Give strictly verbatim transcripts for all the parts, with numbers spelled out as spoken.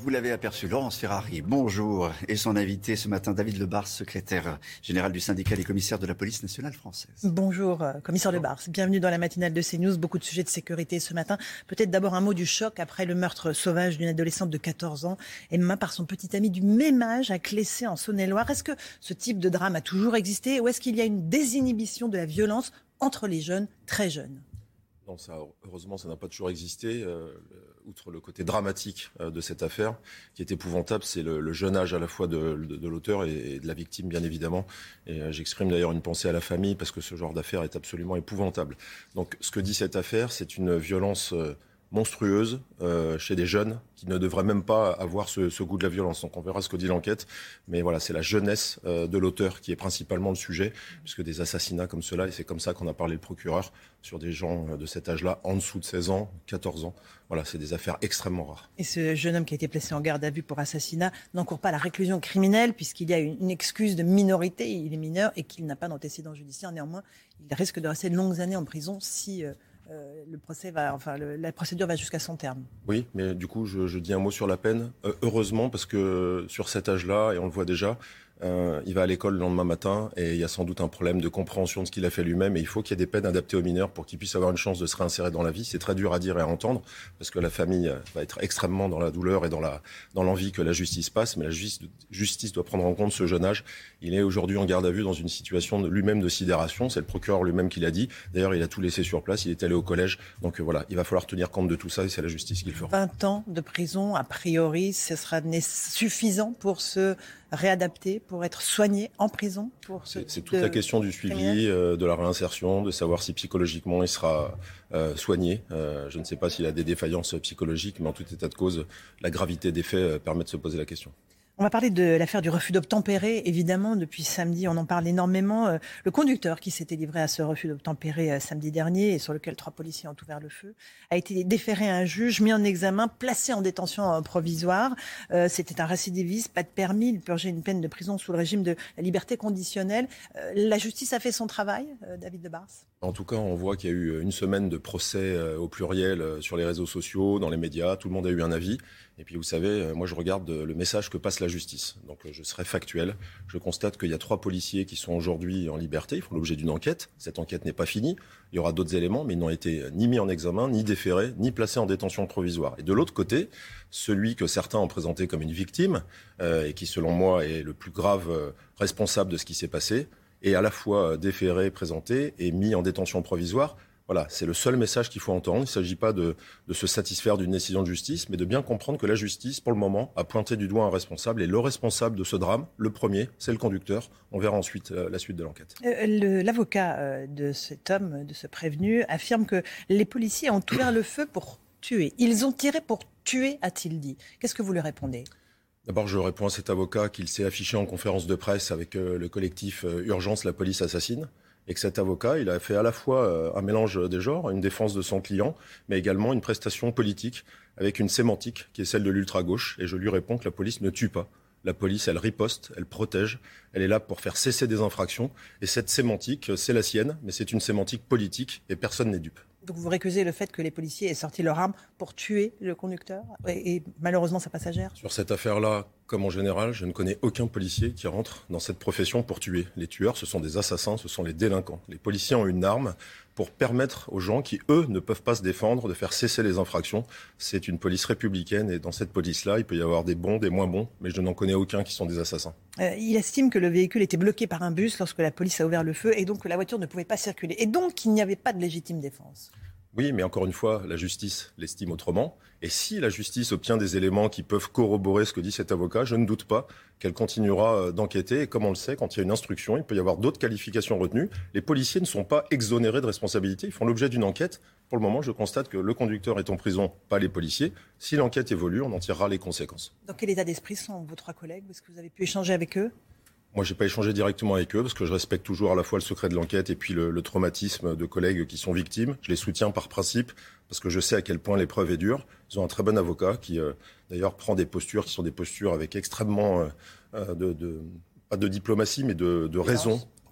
Vous l'avez aperçu, Laurence Ferrari, bonjour. Et son invité ce matin, David Lebars, secrétaire général du syndicat des commissaires de la police nationale française. Bonjour, commissaire Lebars. Bienvenue dans la matinale de CNews. Beaucoup de sujets de sécurité ce matin. Peut-être d'abord un mot du choc après le meurtre sauvage d'une adolescente de quatorze ans. Emma, par son petit ami du même âge, à Clessay, en Saône-et-Loire. Est-ce que ce type de drame a toujours existé ou est-ce qu'il y a une désinhibition de la violence entre les jeunes, très jeunes ? Non, ça, heureusement, ça n'a pas toujours existé. Euh, outre le côté dramatique euh, de cette affaire, qui est épouvantable, c'est le, le jeune âge à la fois de, de, de l'auteur et, et de la victime, bien évidemment. Et euh, j'exprime d'ailleurs une pensée à la famille, parce que ce genre d'affaire est absolument épouvantable. Donc, ce que dit cette affaire, c'est une violence euh, monstrueuse euh, chez des jeunes qui ne devraient même pas avoir ce, ce goût de la violence. Donc on verra ce que dit l'enquête. Mais voilà, c'est la jeunesse euh, de l'auteur qui est principalement le sujet, puisque des assassinats comme cela, et c'est comme ça qu'on a parlé le procureur, sur des gens de cet âge-là, en dessous de seize ans, quatorze ans. Voilà, c'est des affaires extrêmement rares. Et ce jeune homme qui a été placé en garde à vue pour assassinat n'encourt pas la réclusion criminelle, puisqu'il y a une, une excuse de minorité, il est mineur, et qu'il n'a pas d'antécédent judiciaire. Néanmoins, il risque de rester de longues années en prison si... Euh, Euh, le procès va, enfin, le, la procédure va jusqu'à son terme. Oui, mais du coup, je, je dis un mot sur la peine. Euh, heureusement, parce que sur cet âge-là, et on le voit déjà, euh, il va à l'école le lendemain matin et il y a sans doute un problème de compréhension de ce qu'il a fait lui-même. Et il faut qu'il y ait des peines adaptées aux mineurs pour qu'ils puissent avoir une chance de se réinsérer dans la vie. C'est très dur à dire et à entendre, parce que la famille va être extrêmement dans la douleur et dans, la, dans l'envie que la justice passe. Mais la justice, justice doit prendre en compte ce jeune âge. Il est aujourd'hui en garde à vue dans une situation de, lui-même de sidération. C'est le procureur lui-même qui l'a dit. D'ailleurs, il a tout laissé sur place. Il est allé au collège. Donc euh, voilà, il va falloir tenir compte de tout ça et c'est la justice qui le fera. vingt ans de prison, a priori, ce sera suffisant pour se réadapter, pour être soigné en prison pour ce C'est, c'est toute la question du suivi, euh, de la réinsertion, de savoir si psychologiquement il sera euh, soigné. Euh, je ne sais pas s'il a des défaillances psychologiques, mais en tout état de cause, la gravité des faits euh, permet de se poser la question. On va parler de l'affaire du refus d'obtempérer. Évidemment, depuis samedi, on en parle énormément. Le conducteur qui s'était livré à ce refus d'obtempérer samedi dernier et sur lequel trois policiers ont ouvert le feu a été déféré à un juge, mis en examen, placé en détention provisoire. Euh, c'était un récidiviste, pas de permis. Il purgeait une peine de prison sous le régime de la liberté conditionnelle. Euh, la justice a fait son travail, euh, David Lebars ? En tout cas, on voit qu'il y a eu une semaine de procès au pluriel sur les réseaux sociaux, dans les médias. Tout le monde a eu un avis. Et puis, vous savez, moi, je regarde le message que passe la justice. Donc, je serai factuel. Je constate qu'il y a trois policiers qui sont aujourd'hui en liberté. Ils font l'objet d'une enquête. Cette enquête n'est pas finie. Il y aura d'autres éléments, mais ils n'ont été ni mis en examen, ni déférés, ni placés en détention provisoire. Et de l'autre côté, celui que certains ont présenté comme une victime, euh, et qui, selon moi, est le plus grave euh, responsable de ce qui s'est passé, est à la fois déféré, présenté et mis en détention provisoire. Voilà, c'est le seul message qu'il faut entendre. Il ne s'agit pas de, de se satisfaire d'une décision de justice, mais de bien comprendre que la justice, pour le moment, a pointé du doigt un responsable. Et le responsable de ce drame, le premier, c'est le conducteur. On verra ensuite euh, la suite de l'enquête. Euh, le, l'avocat euh, de cet homme, de ce prévenu, affirme que les policiers ont ouvert le feu pour tuer. Ils ont tiré pour tuer, a-t-il dit. Qu'est-ce que vous lui répondez ? D'abord, je réponds à cet avocat qu'il s'est affiché en conférence de presse avec euh, le collectif euh, Urgence, la police assassine. Et que cet avocat, il a fait à la fois euh, un mélange des genres, une défense de son client, mais également une prestation politique avec une sémantique qui est celle de l'ultra-gauche. Et je lui réponds que la police ne tue pas. La police, elle riposte, elle protège, elle est là pour faire cesser des infractions. Et cette sémantique, c'est la sienne, mais c'est une sémantique politique et personne n'est dupe. Donc vous récusez le fait que les policiers aient sorti leur arme pour tuer le conducteur et, et malheureusement sa passagère ? Sur cette affaire-là, comme en général, je ne connais aucun policier qui rentre dans cette profession pour tuer. Les tueurs, ce sont des assassins, ce sont les délinquants. Les policiers ont une arme pour permettre aux gens qui, eux, ne peuvent pas se défendre, de faire cesser les infractions. C'est une police républicaine et dans cette police-là, il peut y avoir des bons, des moins bons, mais je n'en connais aucun qui sont des assassins. Euh, il estime que le véhicule était bloqué par un bus lorsque la police a ouvert le feu et donc que la voiture ne pouvait pas circuler. Et donc qu'il n'y avait pas de légitime défense. Oui, mais encore une fois, la justice l'estime autrement. Et si la justice obtient des éléments qui peuvent corroborer ce que dit cet avocat, je ne doute pas qu'elle continuera d'enquêter. Et comme on le sait, quand il y a une instruction, il peut y avoir d'autres qualifications retenues. Les policiers ne sont pas exonérés de responsabilité. Ils font l'objet d'une enquête. Pour le moment, je constate que le conducteur est en prison, pas les policiers. Si l'enquête évolue, on en tirera les conséquences. Dans quel état d'esprit sont vos trois collègues ? Est-ce que vous avez pu échanger avec eux ? Moi, je n'ai pas échangé directement avec eux parce que je respecte toujours à la fois le secret de l'enquête et puis le, le traumatisme de collègues qui sont victimes. Je les soutiens par principe parce que je sais à quel point l'épreuve est dure. Ils ont un très bon avocat qui, euh, d'ailleurs, prend des postures qui sont des postures avec extrêmement, euh, de, de, pas de diplomatie, mais de, de raison.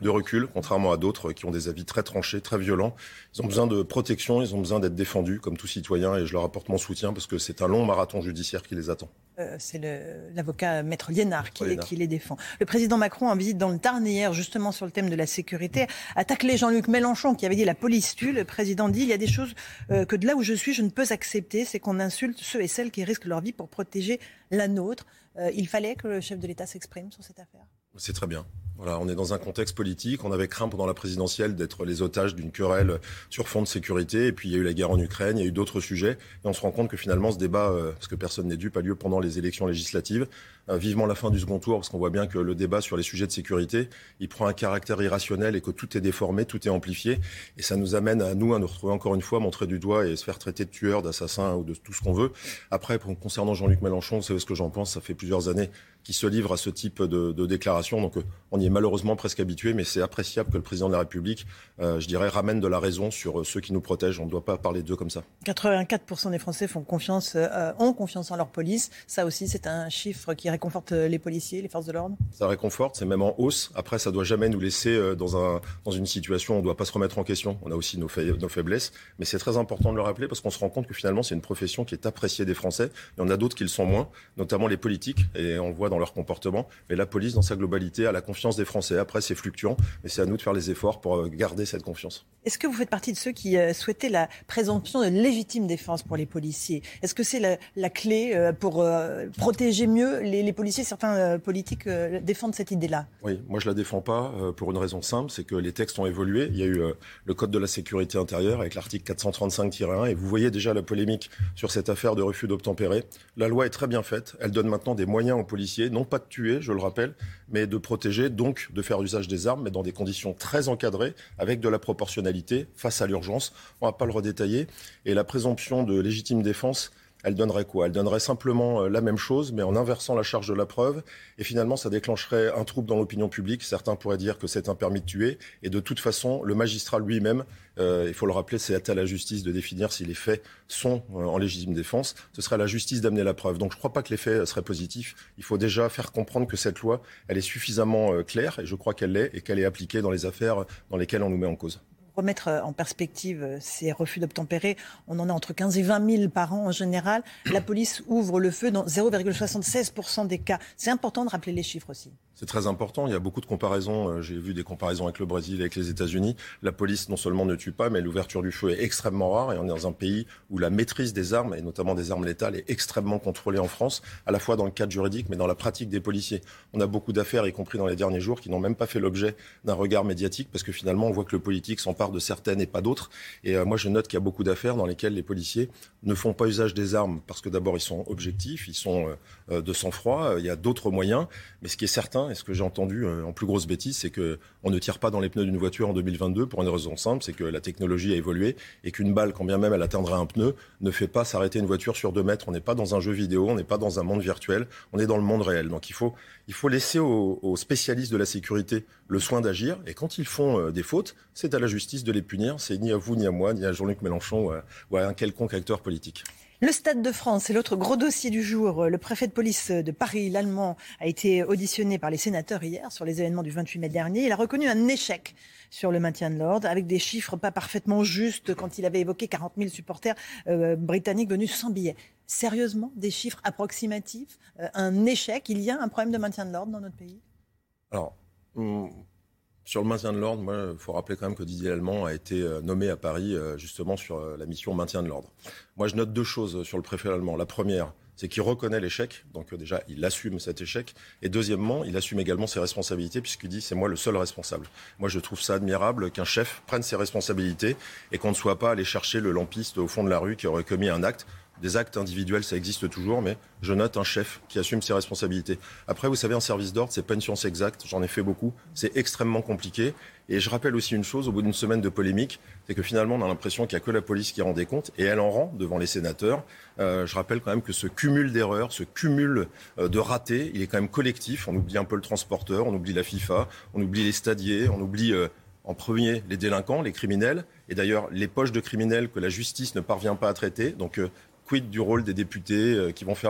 de recul, contrairement à d'autres qui ont des avis très tranchés, très violents. Ils ont besoin de protection, ils ont besoin d'être défendus comme tout citoyen et je leur apporte mon soutien parce que c'est un long marathon judiciaire qui les attend. Euh, c'est le, l'avocat Maître Liénard qui, Liénard qui les défend. Le président Macron, en visite dans le Tarn hier, justement sur le thème de la sécurité, a taclé Jean-Luc Mélenchon qui avait dit « la police tue ». Le président dit « il y a des choses euh, que de là où je suis, je ne peux accepter, c'est qu'on insulte ceux et celles qui risquent leur vie pour protéger la nôtre euh, ». Il fallait que le chef de l'État s'exprime sur cette affaire. C'est très bien. Voilà, on est dans un contexte politique. On avait craint pendant la présidentielle d'être les otages d'une querelle sur fond de sécurité. Et puis il y a eu la guerre en Ukraine, il y a eu d'autres sujets. Et on se rend compte que finalement ce débat, euh, parce que personne n'est dupe, a lieu pendant les élections législatives. Euh, vivement la fin du second tour, parce qu'on voit bien que le débat sur les sujets de sécurité, il prend un caractère irrationnel et que tout est déformé, tout est amplifié. Et ça nous amène à nous à nous retrouver encore une fois montrer du doigt et se faire traiter de tueurs, d'assassins ou de tout ce qu'on veut. Après, pour, concernant Jean-Luc Mélenchon, vous savez ce que j'en pense. Ça fait plusieurs années qu'il se livre à ce type de, de déclaration. Donc euh, on y est malheureusement presque habitué, mais c'est appréciable que le président de la République, euh, je dirais, ramène de la raison sur euh, ceux qui nous protègent. On ne doit pas parler d'eux comme ça. quatre-vingt-quatre pour cent des Français font confiance, euh, ont confiance en leur police. Ça aussi, c'est un chiffre qui réconforte les policiers, les forces de l'ordre. Ça réconforte, c'est même en hausse. Après, ça ne doit jamais nous laisser euh, dans, un, dans une situation où on ne doit pas se remettre en question. On a aussi nos, fa- nos faiblesses, mais c'est très important de le rappeler parce qu'on se rend compte que finalement, c'est une profession qui est appréciée des Français. Il y en a d'autres qui le sont moins, notamment les politiques, et on le voit dans leur comportement. Mais la police, dans sa globalité, a la confiance des Français. Après, c'est fluctuant, mais c'est à nous de faire les efforts pour garder cette confiance. Est-ce que vous faites partie de ceux qui euh, souhaitaient la présomption de légitime défense pour les policiers ? Est-ce que c'est la, la clé euh, pour euh, protéger mieux les, les policiers ? Certains euh, politiques euh, défendent cette idée-là. Oui, moi je la défends pas euh, pour une raison simple, c'est que les textes ont évolué. Il y a eu euh, le Code de la sécurité intérieure avec l'article quatre cent trente-cinq tiret un et vous voyez déjà la polémique sur cette affaire de refus d'obtempérer. La loi est très bien faite. Elle donne maintenant des moyens aux policiers, non pas de tuer, je le rappelle, mais de protéger, donc de faire usage des armes, mais dans des conditions très encadrées, avec de la proportionnalité face à l'urgence. On ne va pas le redétailler. Et la présomption de légitime défense, elle donnerait quoi ? Elle donnerait simplement la même chose, mais en inversant la charge de la preuve. Et finalement, ça déclencherait un trouble dans l'opinion publique. Certains pourraient dire que c'est un permis de tuer. Et de toute façon, le magistrat lui-même, euh, il faut le rappeler, c'est à la justice de définir si les faits sont euh, en légitime défense. Ce serait à la justice d'amener la preuve. Donc je ne crois pas que les faits seraient positifs. Il faut déjà faire comprendre que cette loi, elle est suffisamment euh, claire, et je crois qu'elle l'est, et qu'elle est appliquée dans les affaires dans lesquelles on nous met en cause. Remettre en perspective ces refus d'obtempérer, on en a entre quinze et vingt mille par an en général. La police ouvre le feu dans zéro virgule soixante-seize pour cent des cas. C'est important de rappeler les chiffres aussi. C'est très important. Il y a beaucoup de comparaisons. J'ai vu des comparaisons avec le Brésil, avec les États-Unis. La police, non seulement ne tue pas, mais l'ouverture du feu est extrêmement rare. Et on est dans un pays où la maîtrise des armes, et notamment des armes létales, est extrêmement contrôlée en France, à la fois dans le cadre juridique, mais dans la pratique des policiers. On a beaucoup d'affaires, y compris dans les derniers jours, qui n'ont même pas fait l'objet d'un regard médiatique, parce que finalement, on voit que le politique s'empare de certaines et pas d'autres. Et euh, moi, je note qu'il y a beaucoup d'affaires dans lesquelles les policiers ne font pas usage des armes, parce que d'abord, ils sont objectifs, ils sont euh, de sang-froid. Il y a d'autres moyens. Mais ce qui est certain, et ce que j'ai entendu en plus grosse bêtise, c'est qu'on ne tire pas dans les pneus d'une voiture en deux mille vingt-deux pour une raison simple, c'est que la technologie a évolué et qu'une balle, quand bien même elle atteindrait un pneu, ne fait pas s'arrêter une voiture sur deux mètres. On n'est pas dans un jeu vidéo, on n'est pas dans un monde virtuel, on est dans le monde réel. Donc il faut, il faut laisser aux, aux spécialistes de la sécurité le soin d'agir. Et quand ils font euh, des fautes, c'est à la justice de les punir. C'est ni à vous, ni à moi, ni à Jean-Luc Mélenchon ou à, ou à un quelconque acteur politique. Le Stade de France, c'est l'autre gros dossier du jour. Le préfet de police de Paris, l'Allemand, a été auditionné par les sénateurs hier sur les événements du vingt-huit mai dernier. Il a reconnu un échec sur le maintien de l'ordre, avec des chiffres pas parfaitement justes quand il avait évoqué quarante mille supporters euh, britanniques venus sans billets. Sérieusement, des chiffres approximatifs, euh, un échec. Il y a un problème de maintien de l'ordre dans notre pays ? Alors, hum... sur le maintien de l'ordre, moi, il faut rappeler quand même que Didier Lallement a été nommé à Paris justement sur la mission maintien de l'ordre. Moi, je note deux choses sur le préfet allemand. La première, c'est qu'il reconnaît l'échec, donc déjà, il assume cet échec. Et deuxièmement, il assume également ses responsabilités, puisqu'il dit « c'est moi le seul responsable ». Moi, je trouve ça admirable qu'un chef prenne ses responsabilités et qu'on ne soit pas allé chercher le lampiste au fond de la rue qui aurait commis un acte. Des actes individuels, ça existe toujours, mais je note un chef qui assume ses responsabilités. Après, vous savez, un service d'ordre, c'est pas une science exacte. J'en ai fait beaucoup. C'est extrêmement compliqué. Et je rappelle aussi une chose, au bout d'une semaine de polémique, c'est que finalement, on a l'impression qu'il n'y a que la police qui rend des comptes, et elle en rend devant les sénateurs. Euh, je rappelle quand même que ce cumul d'erreurs, ce cumul euh, de ratés, il est quand même collectif. On oublie un peu le transporteur, on oublie la FIFA, on oublie les stadiers, on oublie... Euh, en premier, les délinquants, les criminels, et d'ailleurs les poches de criminels que la justice ne parvient pas à traiter. Donc, euh, quid du rôle des députés euh, qui vont faire la loi ?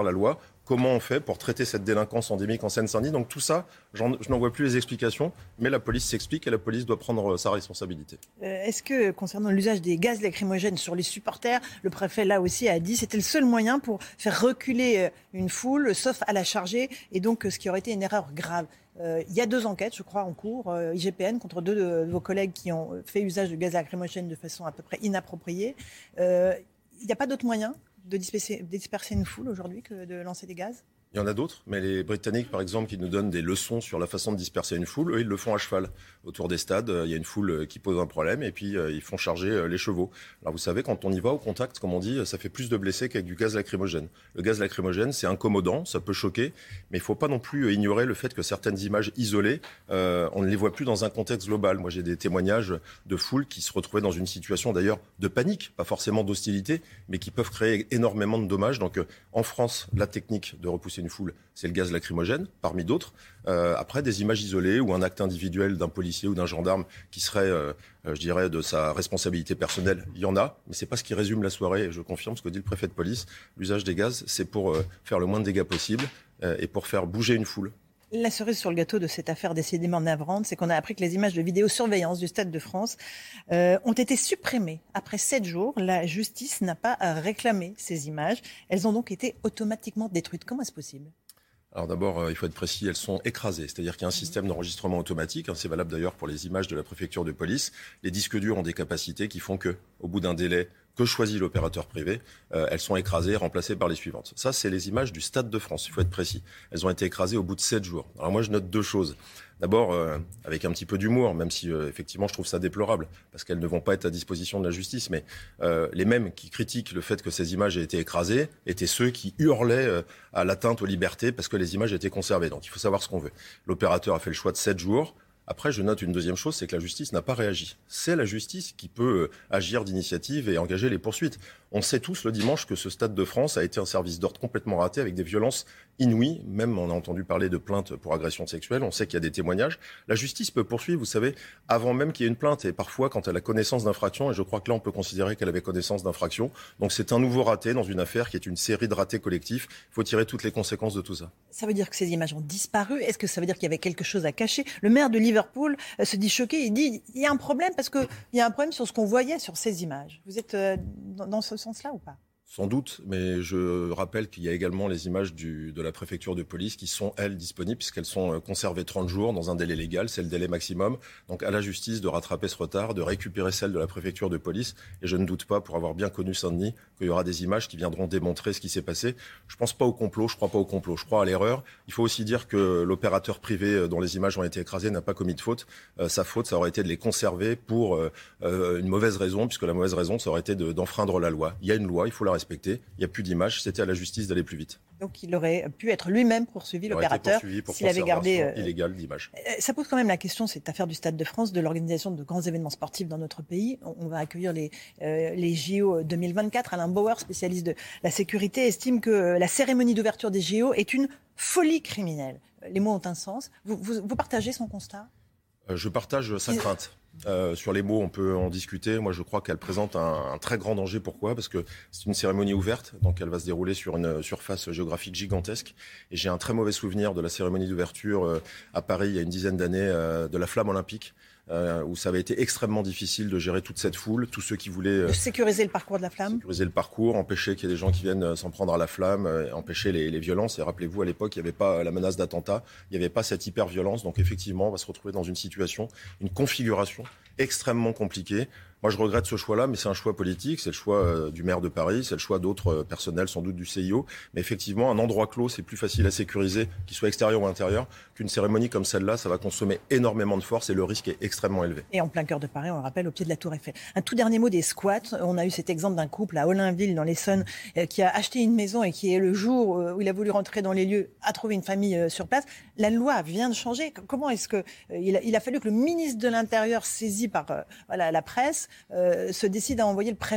Comment on fait pour traiter cette délinquance endémique en Seine-Saint-Denis? Donc tout ça, j'en, je n'en vois plus les explications, mais la police s'explique et la police doit prendre sa responsabilité. Euh, est-ce que, concernant l'usage des gaz lacrymogènes sur les supporters, le préfet là aussi a dit que c'était le seul moyen pour faire reculer une foule, sauf à la charger, et donc ce qui aurait été une erreur grave? Euh, il y a deux enquêtes, je crois, en cours, euh, I G P N, contre deux de, de vos collègues qui ont fait usage de gaz lacrymogène de façon à peu près inappropriée. Euh, il n'y a pas d'autre moyen de disperser, de disperser une foule aujourd'hui que de lancer des gaz? Il y en a d'autres, mais les Britanniques, par exemple, qui nous donnent des leçons sur la façon de disperser une foule, eux, ils le font à cheval. Autour des stades, il y a une foule qui pose un problème et puis ils font charger les chevaux. Alors vous savez, quand on y va au contact, comme on dit, ça fait plus de blessés qu'avec du gaz lacrymogène. Le gaz lacrymogène, c'est incommodant, ça peut choquer, mais il ne faut pas non plus ignorer le fait que certaines images isolées, euh, on ne les voit plus dans un contexte global. Moi, j'ai des témoignages de foules qui se retrouvaient dans une situation d'ailleurs de panique, pas forcément d'hostilité, mais qui peuvent créer énormément de dommages. Donc euh, en France, la technique de repousser une foule, c'est le gaz lacrymogène, parmi d'autres. Euh, après, des images isolées ou un acte individuel d'un policier ou d'un gendarme qui serait, euh, je dirais, de sa responsabilité personnelle, il y en a, mais c'est pas ce qui résume la soirée. Et je confirme ce que dit le préfet de police. L'usage des gaz, c'est pour euh, faire le moins de dégâts possible euh, et pour faire bouger une foule. La cerise sur le gâteau de cette affaire décidément navrante, c'est qu'on a appris que les images de vidéosurveillance du Stade de France euh, ont été supprimées. Après sept jours, la justice n'a pas réclamé ces images. Elles ont donc été automatiquement détruites. Comment est-ce possible ? Alors d'abord, euh, il faut être précis, elles sont écrasées. C'est-à-dire qu'il y a un système d'enregistrement automatique. Hein, c'est valable d'ailleurs pour les images de la préfecture de police. Les disques durs ont des capacités qui font que, au bout d'un délai que choisit l'opérateur privé, euh, elles sont écrasées, remplacées par les suivantes. Ça, c'est les images du Stade de France. Il faut être précis. Elles ont été écrasées au bout de sept jours. Alors moi, je note deux choses. D'abord, euh, avec un petit peu d'humour, même si euh, effectivement je trouve ça déplorable, parce qu'elles ne vont pas être à disposition de la justice, mais euh, les mêmes qui critiquent le fait que ces images aient été écrasées étaient ceux qui hurlaient euh, à l'atteinte aux libertés parce que les images étaient conservées. Donc il faut savoir ce qu'on veut. L'opérateur a fait le choix de sept jours. Après, je note une deuxième chose, c'est que la justice n'a pas réagi. C'est la justice qui peut agir d'initiative et engager les poursuites. On sait tous le dimanche que ce Stade de France a été un service d'ordre complètement raté avec des violences inouïes. Même on a entendu parler de plaintes pour agression sexuelle. On sait qu'il y a des témoignages. La justice peut poursuivre, vous savez, avant même qu'il y ait une plainte. Et parfois, quand elle a connaissance d'infraction, et je crois que là, on peut considérer qu'elle avait connaissance d'infraction. Donc c'est un nouveau raté dans une affaire qui est une série de ratés collectifs. Il faut tirer toutes les conséquences de tout ça. Ça veut dire que ces images ont disparu? Est-ce que ça veut dire qu'il y avait quelque chose à cacher? Le maire de Liverpool euh, se dit choqué. Il dit il y a un problème parce qu'il y a un problème sur ce qu'on voyait sur ces images. Vous êtes euh, dans, dans ce sens-là ou pas? Sans doute, mais je rappelle qu'il y a également les images du, de la préfecture de police qui sont, elles, disponibles puisqu'elles sont conservées trente jours dans un délai légal, c'est le délai maximum. Donc à la justice de rattraper ce retard, de récupérer celles de la préfecture de police. Et je ne doute pas, pour avoir bien connu Saint-Denis, qu'il y aura des images qui viendront démontrer ce qui s'est passé. Je ne pense pas au complot, je ne crois pas au complot, je crois à l'erreur. Il faut aussi dire que l'opérateur privé dont les images ont été écrasées n'a pas commis de faute. Euh, sa faute, ça aurait été de les conserver pour euh, euh, une mauvaise raison, puisque la mauvaise raison, ça aurait été de, d'enfreindre la loi. Il y a une loi, il faut la respecter. Il n'y a plus d'images, c'était à la justice d'aller plus vite. Donc il aurait pu être lui-même poursuivi, l'opérateur, s'il avait gardé euh, illégale d'images. Ça pose quand même la question, cette affaire du Stade de France, de l'organisation de grands événements sportifs dans notre pays. On va accueillir les, euh, les J O deux mille vingt-quatre. Alain Bauer, spécialiste de la sécurité, estime que la cérémonie d'ouverture des J O est une folie criminelle. Les mots ont un sens. Vous, vous, vous partagez son constat ? euh, Je partage sa crainte. Euh, sur les mots, on peut en discuter. Moi, je crois qu'elle présente un, un très grand danger. Pourquoi ? Parce que c'est une cérémonie ouverte, donc elle va se dérouler sur une surface géographique gigantesque. Et j'ai un très mauvais souvenir de la cérémonie d'ouverture euh, à Paris il y a une dizaine d'années euh, de la flamme olympique. Euh, où ça avait été extrêmement difficile de gérer toute cette foule, tous ceux qui voulaient... Euh, de sécuriser le parcours de la flamme. Sécuriser le parcours, empêcher qu'il y ait des gens qui viennent s'en prendre à la flamme, euh, empêcher les, les violences. Et rappelez-vous, à l'époque, il n'y avait pas la menace d'attentat, il n'y avait pas cette hyper-violence. Donc effectivement, on va se retrouver dans une situation, une configuration extrêmement compliquée. Moi, je regrette ce choix-là, mais c'est un choix politique. C'est le choix euh, du maire de Paris, c'est le choix d'autres euh, personnels, sans doute du C I O. Mais effectivement, un endroit clos, c'est plus facile à sécuriser, qu'il soit extérieur ou intérieur, qu'une cérémonie comme celle-là. Ça va consommer énormément de force et le risque est extrêmement élevé. Et en plein cœur de Paris, on le rappelle, au pied de la Tour Eiffel. Un tout dernier mot des squats. On a eu cet exemple d'un couple à Ollainville, dans l'Essonne, euh, qui a acheté une maison et qui, le jour où il a voulu rentrer dans les lieux, a trouvé une famille euh, sur place. La loi vient de changer. Comment est-ce que euh, il, a, il a fallu que le ministre de l'Intérieur, saisi par euh, voilà, la presse, euh, se décide à envoyer le préfet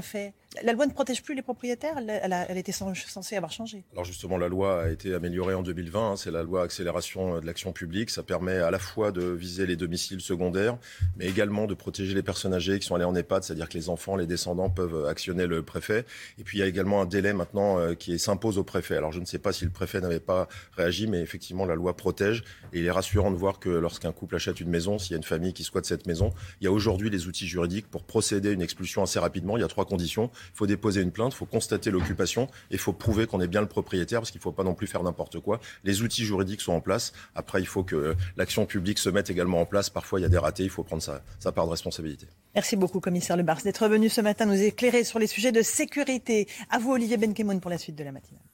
La loi ne protège plus les propriétaires, elle, elle, a, elle était censée avoir changé. Alors justement, la loi a été améliorée en deux mille vingt, hein, c'est la loi accélération de l'action publique. Ça permet à la fois de viser les domiciles secondaires, mais également de protéger les personnes âgées qui sont allées en EHPAD, c'est-à-dire que les enfants, les descendants peuvent actionner le préfet. Et puis il y a également un délai maintenant euh, qui s'impose au préfet. Alors je ne sais pas si le préfet n'avait pas réagi, mais effectivement la loi protège. Et il est rassurant de voir que lorsqu'un couple achète une maison, s'il y a une famille qui squatte cette maison, il y a aujourd'hui les outils juridiques pour procéder à une expulsion assez rapidement. Il y a trois conditions. Il faut déposer une plainte, il faut constater l'occupation et il faut prouver qu'on est bien le propriétaire parce qu'il ne faut pas non plus faire n'importe quoi. Les outils juridiques sont en place. Après, il faut que l'action publique se mette également en place. Parfois, il y a des ratés, il faut prendre sa, sa part de responsabilité. Merci beaucoup, commissaire Le Bars, d'être venu ce matin nous éclairer sur les sujets de sécurité. À vous, Olivier Benkemoun, pour la suite de la matinale.